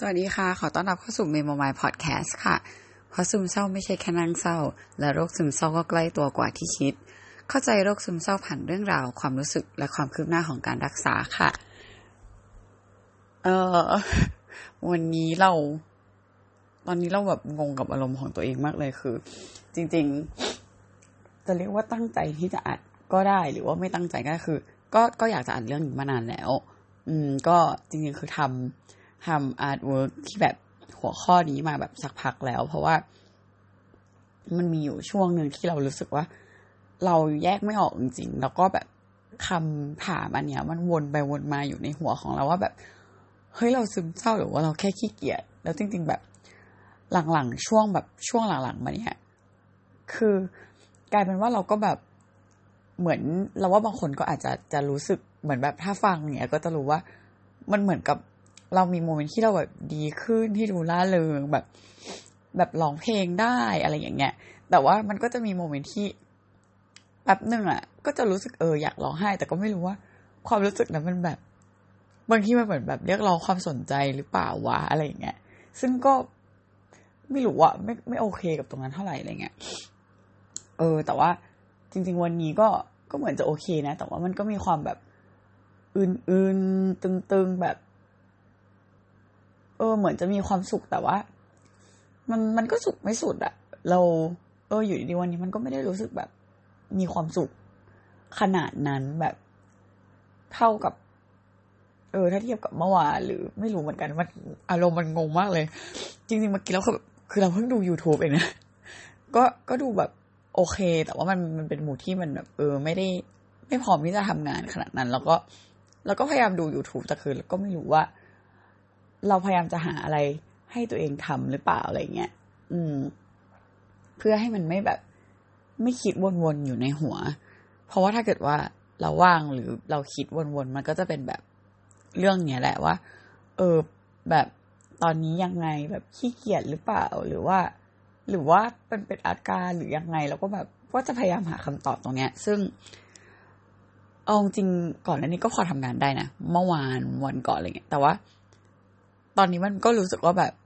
วัสดีค่ะขอต้อนรับเข้าสู่ Memo My Podcast ค่ะเพราะซึมเศร้าไม่ใช่แค่นั่งเศร้าและโรคซึมเศร้าก็ใกล้ตัวกว่าที่คิดเข้าใจโรคซึมเศร้าผ่านเรื่องราวความรู้สึกและความคืบหน้าของการรักษาค่ะวันนี้ตอนนี้เราแบบงงกับอารมณ์ของตัวเองมากเลยคือจริงๆจะเรียกว่าตั้งใจที่จะอัดก็ได้หรือว่าไม่ตั้งใจก็คือก็อยากจะอัดเรื่องนี้มานานแล้วก็จริงๆคือทำอาร์ตเวิร์กที่แบบหัวข้อนี้มาแบบสักพักแล้วเพราะว่ามันมีอยู่ช่วงนึงที่เรารู้สึกว่าเราแยกไม่ออกจริงๆแล้วก็แบบคำถามอันเนี้ยมันวนไปวนมาอยู่ในหัวของเราว่าแบบเฮ้ยเราซึมเศร้าหรือว่าเราแค่ขี้เกียจแล้วจริงๆแบบหลังๆช่วงหลังๆมาเนี่ยคือกลายเป็นว่าเราก็แบบเหมือนเราว่าบางคนก็อาจจะรู้สึกเหมือนแบบถ้าฟังเนี้ยก็จะรู้ว่ามันเหมือนกับเรามีโมเมนต์ที่เราแบบดีขึ้นที่ดูร่าเริงแบบร้องเพลงได้อะไรอย่างเงี้ยแต่ว่ามันก็จะมีโมเมนต์ที่แป๊บนึงอ่ะก็จะรู้สึกอยากร้องไห้แต่ก็ไม่รู้ว่าความรู้สึกนั้นมันแบบบางทีมันเหมือนแบบเรียกร้องความสนใจหรือเปล่าวะอะไรอย่างเงี้ยซึ่งก็ไม่รู้อ่ะไม่โอเคกับตรงนั้นเท่าไหร่อะไรเงี้ยแต่ว่าจริงๆวันนี้ก็เหมือนจะโอเคนะแต่ว่ามันก็มีความแบบอื่นๆตึงๆแบบเหมือนจะมีความสุขแต่ว่ามันก็สุขไม่สุดอะเราอยู่ดีๆวันนี้มันก็ไม่ได้รู้สึกแบบมีความสุขขนาดนั้นแบบเท่ากับถ้าเทียบกับเมื่อวานหรือไม่รู้เหมือนกันมันอารมณ์มันงงมากเลยจริงๆเมื่อกี้เราคือเราเพิ่งดู YouTube เองนะก็ดูแบบโอเคแต่ว่ามันเป็นหมู่ที่มันแบบไม่พร้อมที่จะทำงานขนาดนั้นแล้วก็พยายามดู YouTube แต่คือก็ไม่รู้ว่าเราพยายามจะหาอะไรให้ตัวเองทำหรือเปล่าอะไรเงี้ยเพื่อให้มันไม่แบบไม่คิดวนๆอยู่ในหัวเพราะว่าถ้าเกิดว่าเราว่างหรือเราคิดวนๆมันก็จะเป็นแบบเรื่องเนี้ยแหละว่าแบบตอนนี้ยังไงแบบขี้เกียจหรือเปล่าหรือว่าเป็นอาการหรือยังไงแล้วก็แบบก็จะพยายามหาคำตอบตรงเนี้ยซึ่งเอาจริงก่อนหน้านี้ก็พอทำงานได้นะเมื่อวานวันก่อนอะไรเงี้ยแต่ว่าตอนนี้มันก็รู้สึกว่าแบบ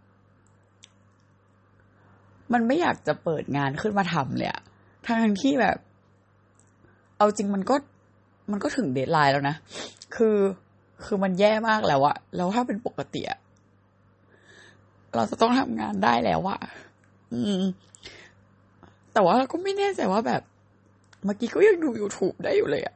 มันไม่อยากจะเปิดงานขึ้นมาทำเลยอะทั้งที่แบบเอาจริงมันก็ถึงเดดไลน์แล้วนะคือมันแย่มากแล้วอะแล้วถ้าเป็นปกติอะเราจะต้องทำงานได้แล้วอะแต่ว่าเราก็ไม่แน่ใจว่าแบบเมื่อกี้ก็ยังดู YouTube ได้อยู่เลยอะ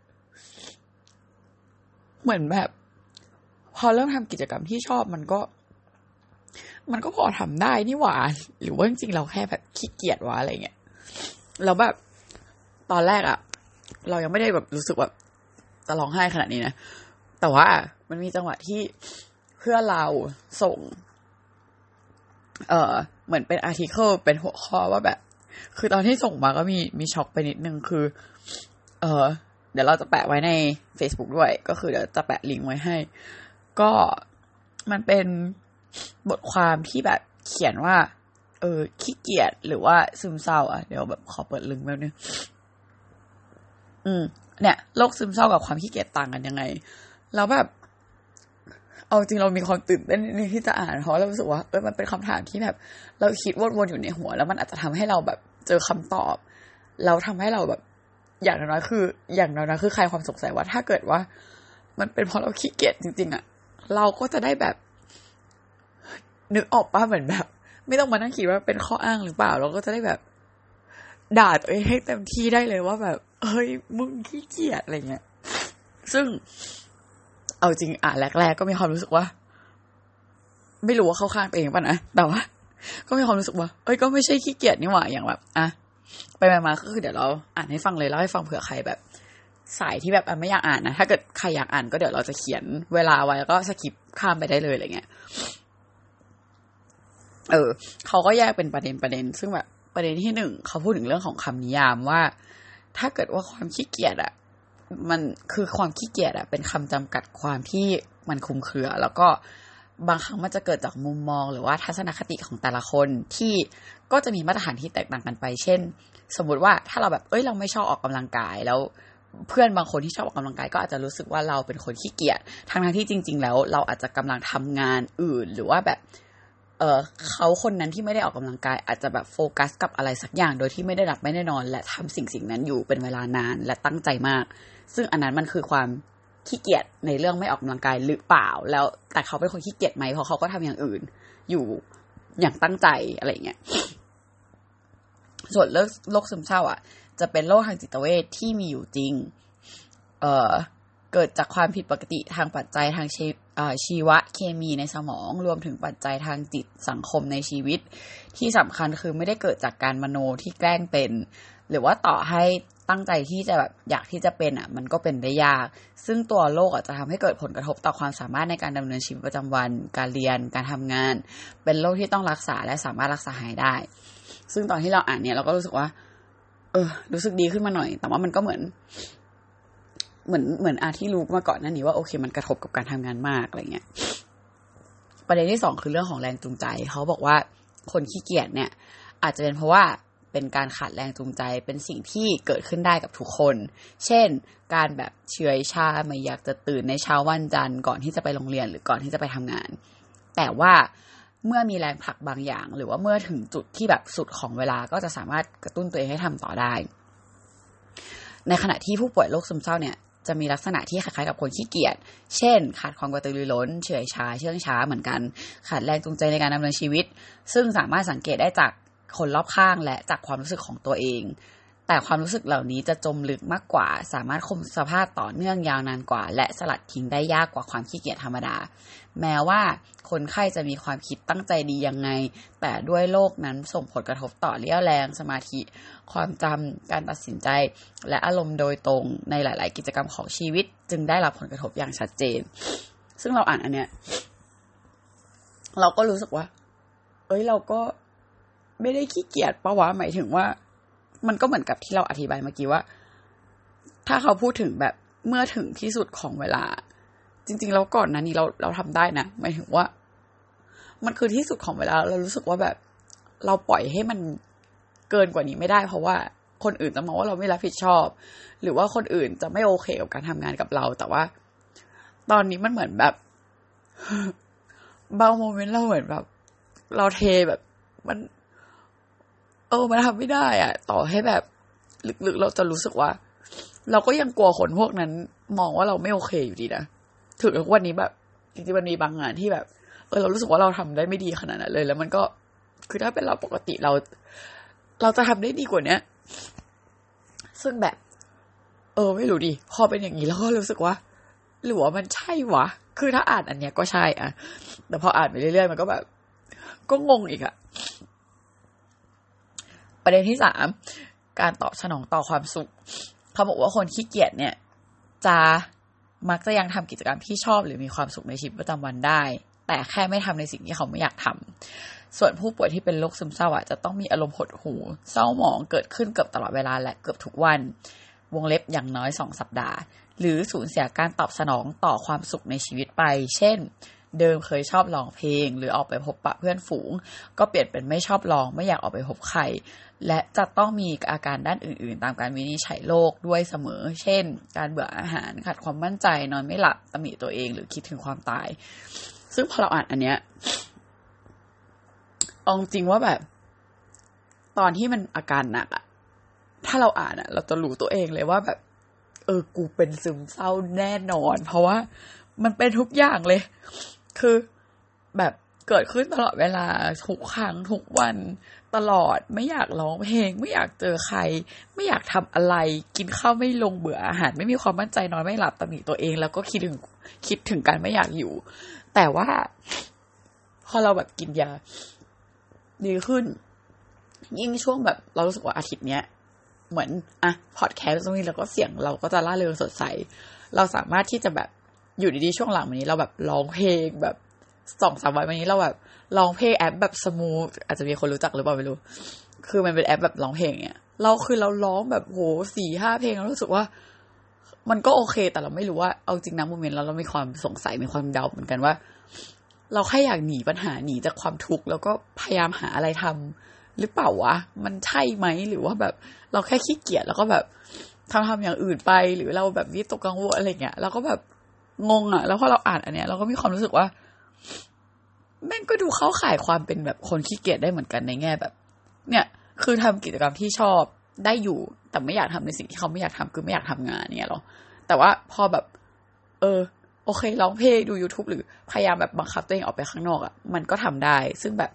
เหมือนแบบพอเริ่มทำกิจกรรมที่ชอบมันก็พอทำได้นี่หว่าหรือว่าจริงๆเราแค่แบบขี้เกียจวะอะไรเงี้ยแล้วแบบตอนแรกอะเรายังไม่ได้แบบรู้สึกแบบจะร้องไห้ขนาดนี้นะแต่ว่ามันมีจังหวะที่เพื่อนเราส่งเหมือนเป็นอาร์ติเคิลเป็นหัวข้อว่าแบบคือตอนที่ส่งมาก็มีช็อกไปนิดนึงคือเดี๋ยวเราจะแปะไว้ใน Facebook ด้วยก็คือเดี๋ยวจะแปะลิงก์ไว้ให้ก็มันเป็นบทความที่แบบเขียนว่าขี้เกียจหรือว่าซึมเศร้าเดี๋ยวแบบขอเปิดลิงก์แป๊บนึงเนี่ยโรคซึมเศร้ากับความขี้เกียจต่างกันยังไงแล้วแบบเอาจริงเรามีความตื่นเต้นที่จะอ่านเพราะเรารู้สึกว่ามันเป็นคำถามที่แบบเราคิดวนๆอยู่ในหัวแล้วมันอาจจะทำให้เราแบบเจอคำตอบแล้วทำให้เราแบบอย่างน้อยคือใครความสงสัยว่าถ้าเกิดว่ามันเป็นเพราะเราขี้เกียจจริงๆอ่ะเราก็จะได้แบบนึกออกป่ะเหมือนแบบไม่ต้องมานั่งคิดว่าเป็นข้ออ้างหรือเปล่าเราก็จะได้แบบด่าตัวเองให้เต็มที่ได้เลยว่าแบบเฮ้ยมึงขี้เกียจอะไรเงี้ยซึ่งเอาจริงแรกๆก็มีความรู้สึกว่าไม่รู้ว่าเข้าข้างตัวเองป่ะนะแต่ว่าก็มีความรู้สึกว่าก็ไม่ใช่ขี้เกียจนี่หว่าอย่างแบบไปมาก็คือเดี๋ยวเราอ่านให้ฟังเลยเล่าให้ฟังเผื่อใครแบบสายที่แบบไม่อยากอ่านนะถ้าเกิดใครอยากอ่านก็เดี๋ยวเราจะเขียนเวลาไว้แล้วก็สคิปข้ามไปได้เลยอะไรเงี้ยเขาก็แยกเป็นประเด็นซึ่งแบบประเด็นที่1เขาพูดถึงเรื่องของคำนิยามว่าถ้าเกิดว่าความขี้เกียจมันคือความขี้เกียจเป็นคำจำกัดความที่มันคลุมเครือ แล้วก็บางครั้งมันจะเกิดจากมุมมองหรือว่าทัศนคติของแต่ละคนที่ก็จะมีมาตรฐานที่แตกต่างกันไปเช่นสมมุติว่าถ้าเราแบบเราไม่ชอบออกกำลังกายแล้วเพื่อนบางคนที่ชอบออกกำลังกายก็อาจจะรู้สึกว่าเราเป็นคนขี้เกียจทั้งที่จริงๆแล้วเราอาจจะกำลังทำงานอื่นหรือว่าแบบเขาคนนั้นที่ไม่ได้ออกกำลังกายอาจจะแบบโฟกัสกับอะไรสักอย่างโดยที่ไม่ได้หลับไม่ได้นอนและทำสิ่งนั้นอยู่เป็นเวลานานและตั้งใจมากซึ่งอันนั้นมันคือความขี้เกียจในเรื่องไม่ออกกำลังกายหรือเปล่าแล้วแต่เขาเป็นคนขี้เกียจไหมเพราะเขาก็ทำอย่างอื่นอยู่อย่างตั้งใจอะไรเงี้ยส่วนโรคซึมเศร้าจะเป็นโรคทางจิตเวชที่มีอยู่จริงเกิดจากความผิดปกติทางปัจจัยทางชีวเคมีในสมองรวมถึงปัจจัยทางจิตสังคมในชีวิตที่สำคัญคือไม่ได้เกิดจากการมโนที่แกล้งเป็นหรือว่าต่อให้ตั้งใจที่จะแบบอยากที่จะเป็นมันก็เป็นได้ยากซึ่งตัวโรคจะทำให้เกิดผลกระทบต่อความสามารถในการดำเนินชีวิตประจำวันการเรียนการทำงานเป็นโรคที่ต้องรักษาและสามารถรักษาหายได้ซึ่งตอนที่เราอ่านเนี่ยเราก็รู้สึกว่ารู้สึกดีขึ้นมาหน่อยแต่ว่ามันก็เหมือนที่รู้มาก่อนหน้านี้ว่าโอเคมันกระทบกับการทำงานมากอะไรเงี้ยประเด็นที่2คือเรื่องของแรงจูงใจเขาบอกว่าคนขี้เกียจเนี่ยอาจจะเป็นเพราะว่าเป็นการขาดแรงจูงใจเป็นสิ่งที่เกิดขึ้นได้กับทุกคนเช่นการแบบเฉื่อยชาไม่อยากจะตื่นในเช้าวันจันทร์ก่อนที่จะไปโรงเรียนหรือก่อนที่จะไปทำงานแต่ว่าเมื่อมีแรงผลักบางอย่างหรือว่าเมื่อถึงจุดที่แบบสุดของเวลาก็จะสามารถกระตุ้นตัวเองให้ทำต่อได้ในขณะที่ผู้ป่วยโรคซึมเศร้าเนี่ยจะมีลักษณะที่คล้ายๆกับคนขี้เกียจเช่นขาดความกระตือรือร้นเฉื่อยชาเชื่องช้าเหมือนกันขาดแรงจูงใจในการดำเนินชีวิตซึ่งสามารถสังเกตได้จากคนรอบข้างและจากความรู้สึกของตัวเองแต่ความรู้สึกเหล่านี้จะจมลึกมากกว่าสามารถคงสภาพต่อเนื่องยาวนานกว่าและสลัดทิ้งได้ยากกว่าความขี้เกียจธรรมดาแม้ว่าคนไข้จะมีความคิดตั้งใจดียังไงแต่ด้วยโรคนั้นส่งผลกระทบต่อเรี่ยวแรงสมาธิความจำการตัดสินใจและอารมณ์โดยตรงในหลายๆกิจกรรมของชีวิตจึงได้รับผลกระทบอย่างชัดเจนซึ่งเราอ่านอันเนี้ยเราก็รู้สึกว่าเราก็ไม่ได้ขี้เกียจปะวะหมายถึงว่ามันก็เหมือนกับที่เราอธิบายเมื่อกี้ว่าถ้าเขาพูดถึงแบบเมื่อถึงที่สุดของเวลาจริงๆแล้วก่อนนั้นนี้เราทำได้นะหมายถึงว่ามันคือที่สุดของเวลาเรารู้สึกว่าแบบเราปล่อยให้มันเกินกว่านี้ไม่ได้เพราะว่าคนอื่นจะมองว่าเราไม่รับผิดชอบหรือว่าคนอื่นจะไม่โอเคกับการทำงานกับเราแต่ว่าตอนนี้มันเหมือนแบบบางโมเมนต์เราเหมือนแบบเราเทแบบมันมันทำไม่ได้ต่อให้แบบลึกๆเราจะรู้สึกว่าเราก็ยังกลัวคนพวกนั้นมองว่าเราไม่โอเคอยู่ดีนะถึงวันนี้แบบจริงๆมันมีบางงานที่แบบเรารู้สึกว่าเราทำได้ไม่ดีขนาดนั้นเลยแล้วมันก็คือถ้าเป็นเราปกติเราจะทำได้ดีกว่านี้ซึ่งแบบไม่รู้ดิพอเป็นอย่างนี้แล้วก็รู้สึกว่าหรือว่ามันใช่วะคือถ้าอ่านอันเนี้ยก็ใช่แต่พออ่านไปเรื่อยๆมันก็แบบก็งงอีกประเด็นที่3การตอบสนองต่อความสุขเขาบอกว่าคนขี้เกียจเนี่ยจะมักจะยังทำกิจกรรมที่ชอบหรือมีความสุขในชีวิตประจำวันได้แต่แค่ไม่ทำในสิ่งที่เขาไม่อยากทำส่วนผู้ป่วยที่เป็นโรคซึมเศร้าจะต้องมีอารมณ์หดหู่เศร้าหมองเกิดขึ้นเกือบตลอดเวลาและเกือบทุกวันวงเล็บอย่างน้อย2 สัปดาห์หรือสูญเสียการตอบสนองต่อความสุขในชีวิตไปเช่นเดิมเคยชอบร้องเพลงหรือออกไปพบปะเพื่อนฝูงก็เปลี่ยนเป็นไม่ชอบร้องไม่อยากออกไปพบใครและจะต้องมีอาการด้านอื่นๆตามการวินิจฉัยโรคด้วยเสมอเช่นการเบื่ออาหารขาดความมั่นใจนอนไม่หลับตำหนิตัวเองหรือคิดถึงความตายซึ่งพอเราอ่านอันเนี้ยเอาจริงว่าแบบตอนที่มันอาการหนักถ้าเราอ่านเราจะรู้ตัวเองเลยว่าแบบกูเป็นซึมเศร้าแน่นอนเพราะว่ามันเป็นทุกอย่างเลยคือแบบเกิดขึ้นตลอดเวลาทุกครั้งทุกวันตลอดไม่อยากร้องเพลงไม่อยากเจอใครไม่อยากทำอะไรกินข้าวไม่ลงเบื่ออาหารไม่มีความมั่นใจนอนไม่หลับตำหนิตัวเองแล้วก็คิดถึงการไม่อยากอยู่แต่ว่าพอเราแบบกินยาดีขึ้นยิ่งช่วงแบบเรารู้สึกว่าอาทิตย์เนี้ยเหมือนพอดแคสต์ตรงนี้แล้วก็เสียงเราก็จะร่าเริงสดใสเราสามารถที่จะแบบอยู่ดีๆช่วงหลังวันนี้เราแบบร้องเพลงแบบ 2-3 วันวันนี้เราแบบร้องเพลงแอปแบบสมูทอาจจะมีคนรู้จักหรือเปล่าไม่รู้คือมันเป็นแอปแบบร้องเพลงเนี่ยเราร้องแบบโห 4-5 เพลงแล้วรู้สึกว่ามันก็โอเคแต่เราไม่รู้ว่าเอาจริงนะโมเมนต์เรามีความสงสัยมีความเดาเหมือนกันว่าเราแค่อยากหนีปัญหาหนีจากความทุกข์แล้วก็พยายามหาอะไรทำหรือเปล่าวะมันใช่ไหมหรือว่าแบบเราแค่ขี้เกียจแล้วก็แบบทำอย่างอื่นไปหรือเราแบบวิตกกังวลอะไรเงี้ยเราก็แบบงงแล้วพอเราอ่านอันเนี้ยเราก็มีความรู้สึกว่าแม่งก็ดูเข้าข่ายความเป็นแบบคนขี้เกียจได้เหมือนกันในแง่แบบเนี่ยคือทำกิจกรรมที่ชอบได้อยู่แต่ไม่อยากทำในสิ่งที่เขาไม่อยากทำคือไม่อยากทำงานเนี่ยหรอแต่ว่าพอแบบโอเคร้องเพลงดู YouTube หรือพยายามแบบบังคับตัวเองออกไปข้างนอกอ่ะมันก็ทำได้ซึ่งแบบ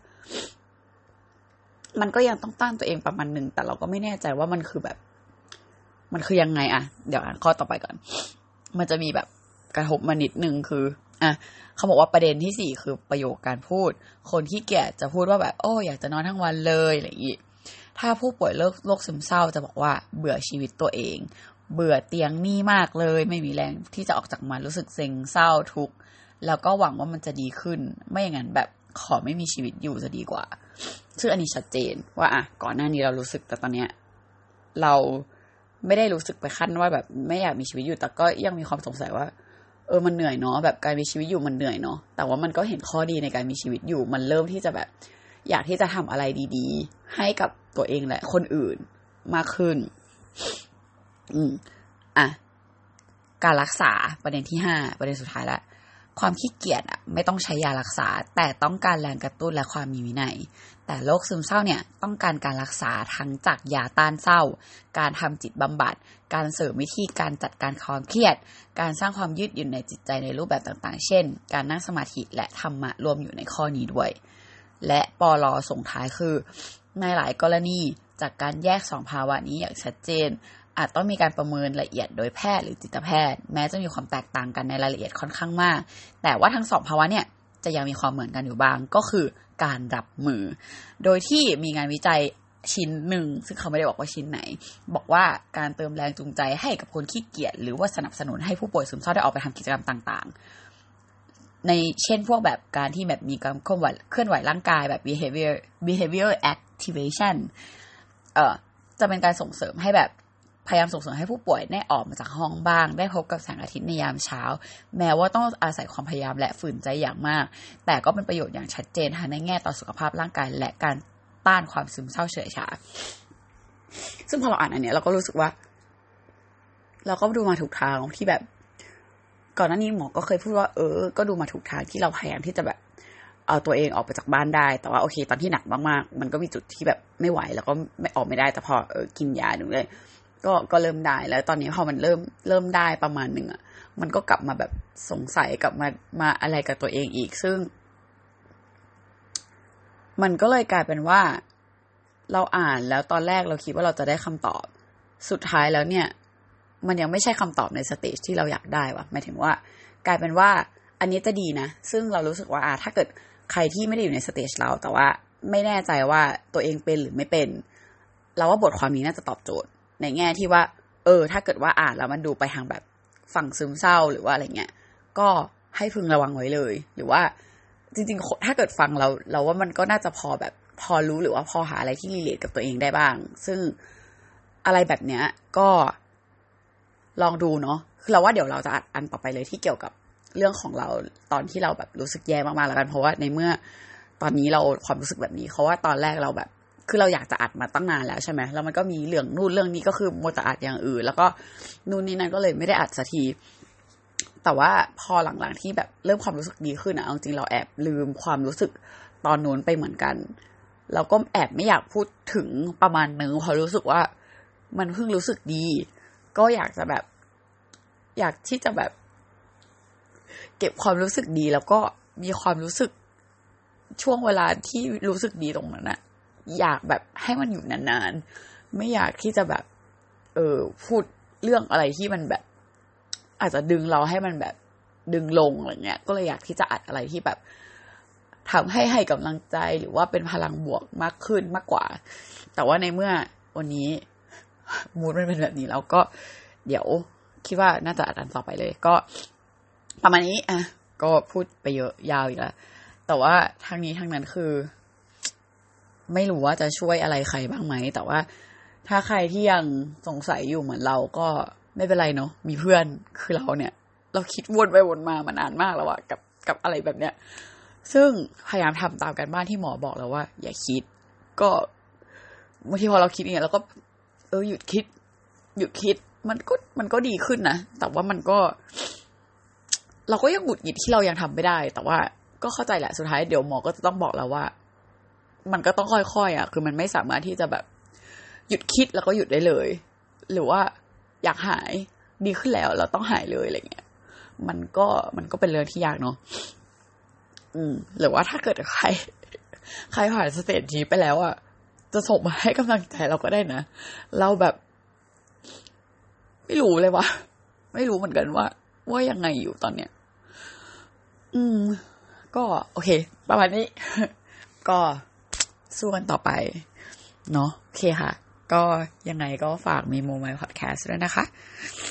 มันก็ยังต้องตั้งตัวเองประมาณนึงแต่เราก็ไม่แน่ใจว่ามันคือแบบมันคือยังไงอ่ะเดี๋ยวอ่านข้อต่อไปก่อนมันจะมีแบบกระทบมานิดนึงคือเขาบอกว่าประเด็นที่4คือประโยคการพูดคนที่แก่จะพูดว่าแบบอยากจะนอนทั้งวันเลยอะไรอย่างงี้ถ้าผู้ป่วยโรคซึมเศร้าจะบอกว่าเบื่อชีวิตตัวเองเบื่อเตียงนี่มากเลยไม่มีแรงที่จะออกจากมันรู้สึกเซ็งเศร้าทุกข์แล้วก็หวังว่ามันจะดีขึ้นไม่อย่างนั้นแบบขอไม่มีชีวิตอยู่จะดีกว่าซึ่งอันนี้ชัดเจนว่าก่อนหน้านี้เรารู้สึกแต่ตอนเนี้ยเราไม่ได้รู้สึกไปขั้นว่าแบบไม่อยากมีชีวิตอยู่แต่ก็ยังมีความสงสัยว่ามันเหนื่อยเนาะแบบการมีชีวิตอยู่มันเหนื่อยเนาะแต่ว่ามันก็เห็นข้อดีในการมีชีวิตอยู่มันเริ่มที่จะแบบอยากที่จะทำอะไรดีๆให้กับตัวเองและคนอื่นมากขึ้นการรักษาประเด็นที่5ประเด็นสุดท้ายละความขี้เกียจไม่ต้องใช้ยารักษาแต่ต้องการแรงกระตุ้นและความมีวินัยแต่โรคซึมเศร้าเนี่ยต้องการรักษาทั้งจากยาต้านเศร้าการทำจิตบำบัดการเสริมวิธีการจัดการความเครียดการสร้างความยืดหยุ่นในจิตใจในรูปแบบต่างๆเช่นการนั่งสมาธิและธรรมะรวมอยู่ในข้อนี้ด้วยและปล.ส่งท้ายคือในหลายกรณีจากการแยก2ภาวะนี้อย่างชัดเจนอาจต้องมีการประเมินละเอียดโดยแพทย์หรือจิตแพทย์แม้จะมีความแตกต่างกันในรายละเอียดค่อนข้างมากแต่ว่าทั้ง2ภาวะเนี่ยจะยังมีความเหมือนกันอยู่บ้างก็คือการรับมือโดยที่มีงานวิจัยชิ้นหนึ่งซึ่งเขาไม่ได้บอกว่าชิ้นไหนบอกว่าการเติมแรงจูงใจให้กับคนขี้เกียจหรือว่าสนับสนุนให้ผู้ป่วยซึมเศร้าได้ออกไปทำกิจกรรมต่างๆในเช่นพวกแบบการที่แบบมีการเคลื่อนไหวร่างกายแบบ behavior activation จะเป็นการส่งเสริมให้แบบพยายามส่งเสริมให้ผู้ป่วยได้ออกมาจากห้องบ้างได้พบกับแสงอาทิตย์ในยามเช้าแม้ว่าต้องอาศัยความพยายามและฝืนใจอย่างมากแต่ก็เป็นประโยชน์อย่างชัดเจนทั้งในแง่ต่อสุขภาพร่างกายและการต้านความซึมเศร้าเฉื่อยชาซึ่งพอเราอ่านอันเนี้ยเราก็รู้สึกว่าเราก็ดูมาถูกทางที่แบบก่อนหน้านี้หมอก็เคยพูดว่าก็ดูมาถูกทางที่เราพยายามที่จะแบบเอาตัวเองออกไปจากบ้านได้แต่ว่าโอเคตอนที่หนักมากๆมันก็มีจุดที่แบบไม่ไหวแล้วก็ไม่ออกไม่ได้แต่พอกินยาหนึ่งเลยก็เริ่มได้แล้วตอนนี้พอมันเริ่มได้ประมาณนึงมันก็กลับมาแบบสงสัยกลับมาอะไรกับตัวเองอีกซึ่งมันก็เลยกลายเป็นว่าเราอ่านแล้วตอนแรกเราคิดว่าเราจะได้คำตอบสุดท้ายแล้วเนี่ยมันยังไม่ใช่คำตอบในสเตจที่เราอยากได้ว่ะหมายถึงว่ากลายเป็นว่าอันนี้จะดีนะซึ่งเรารู้สึกว่าถ้าเกิดใครที่ไม่ได้อยู่ในสเตจเราแต่ว่าไม่แน่ใจว่าตัวเองเป็นหรือไม่เป็นเราว่าบทความนี้น่าจะตอบโจทย์ในแง่ที่ว่าถ้าเกิดว่าอ่านแล้วมันดูไปทางแบบฝั่งซึมเศร้าหรือว่าอะไรเงี้ยก็ให้พึงระวังไว้เลยหรือว่าจริงๆถ้าเกิดฟังเราว่ามันก็น่าจะพอรู้หรือว่าพอหาอะไรที่รีเลทกับตัวเองได้บ้างซึ่งอะไรแบบเนี้ยก็ลองดูเนาะคือเราว่าเดี๋ยวเราจะอันต่อไปเลยที่เกี่ยวกับเรื่องของเราตอนที่เราแบบรู้สึกแย่มากๆแล้วกันเพราะว่าในเมื่อตอนนี้เราความรู้สึกแบบนี้เพราะว่าตอนแรกเราแบบคือเราอยากจะอัดมาตั้งนานแล้วใช่ไหมแล้วมันก็มีเรื่องนู่นเรื่องนี้ก็คือมัวแต่อัดอย่างอื่นแล้วก็นู่นนี่นั่นก็เลยไม่ได้อัดสักทีแต่ว่าพอหลังๆที่แบบเริ่มความรู้สึกดีขึ้นเอาจริงเราแอบลืมความรู้สึกตอนนู้นไปเหมือนกันเราก็แอบไม่อยากพูดถึงประมาณนึงเพราะรู้สึกว่ามันเพิ่งรู้สึกดีก็อยากจะแบบอยากที่จะแบบเก็บความรู้สึกดีแล้วก็มีความรู้สึกช่วงเวลาที่รู้สึกดีตรงนั้นอยากแบบให้มันอยู่นานๆไม่อยากที่จะแบบพูดเรื่องอะไรที่มันแบบอาจจะดึงเราให้มันแบบดึงลงอะไรเงี้ยก็เลยอยากที่จะอัดอะไรที่แบบทำให้กำลังใจหรือว่าเป็นพลังบวกมากขึ้นมากกว่าแต่ว่าในเมื่อวันนี้มูดมันเป็นแบบนี้แล้วก็เดี๋ยวคิดว่าน่าจะอัดต่อไปเลยก็ประมาณนี้ก็พูดไปเยอะยาวอีกแล้วแต่ว่าทั้งนี้ทั้งนั้นคือไม่รู้ว่าจะช่วยอะไรใครบ้างไหมแต่ว่าถ้าใครที่ยังสงสัยอยู่เหมือนเราก็ไม่เป็นไรเนาะมีเพื่อนคือเราเนี่ยเราคิดวนไปวนมามานานมากแล้วอะกับอะไรแบบเนี้ยซึ่งพยายามทำตามกันบ้านที่หมอบอกแล้วว่าอย่าคิดก็บางทีพอเราคิดเนี่ยเราก็หยุดคิดมันก็ดีขึ้นนะแต่ว่ามันก็เราก็ยังหงุดหงิดที่เรายังทำไม่ได้แต่ว่าก็เข้าใจแหละสุดท้ายเดี๋ยวหมอก็จะต้องบอกแล้วว่ามันก็ต้องค่อยๆอ่ะคือมันไม่สามารถที่จะแบบหยุดคิดแล้วก็หยุดได้เลยหรือว่าอยากหายดีขึ้นแล้วเราต้องหายเลยอะไรเงี้ยมันก็เป็นเรื่องที่ยากเนาะหรือว่าถ้าเกิดใครผ่านสเตจนี้ไปแล้วอ่ะจะส่งมาให้กำลังใจเราก็ได้นะเราแบบไม่รู้เลยว่าไม่รู้เหมือนกันว่ายังไงอยู่ตอนเนี้ยก็โอเคประมาณนี้ ก็สู้กันต่อไปเนาะโอเคค่ะก็ยังไงก็ฝากมีโมไมพอดแคสต์ด้วยนะคะ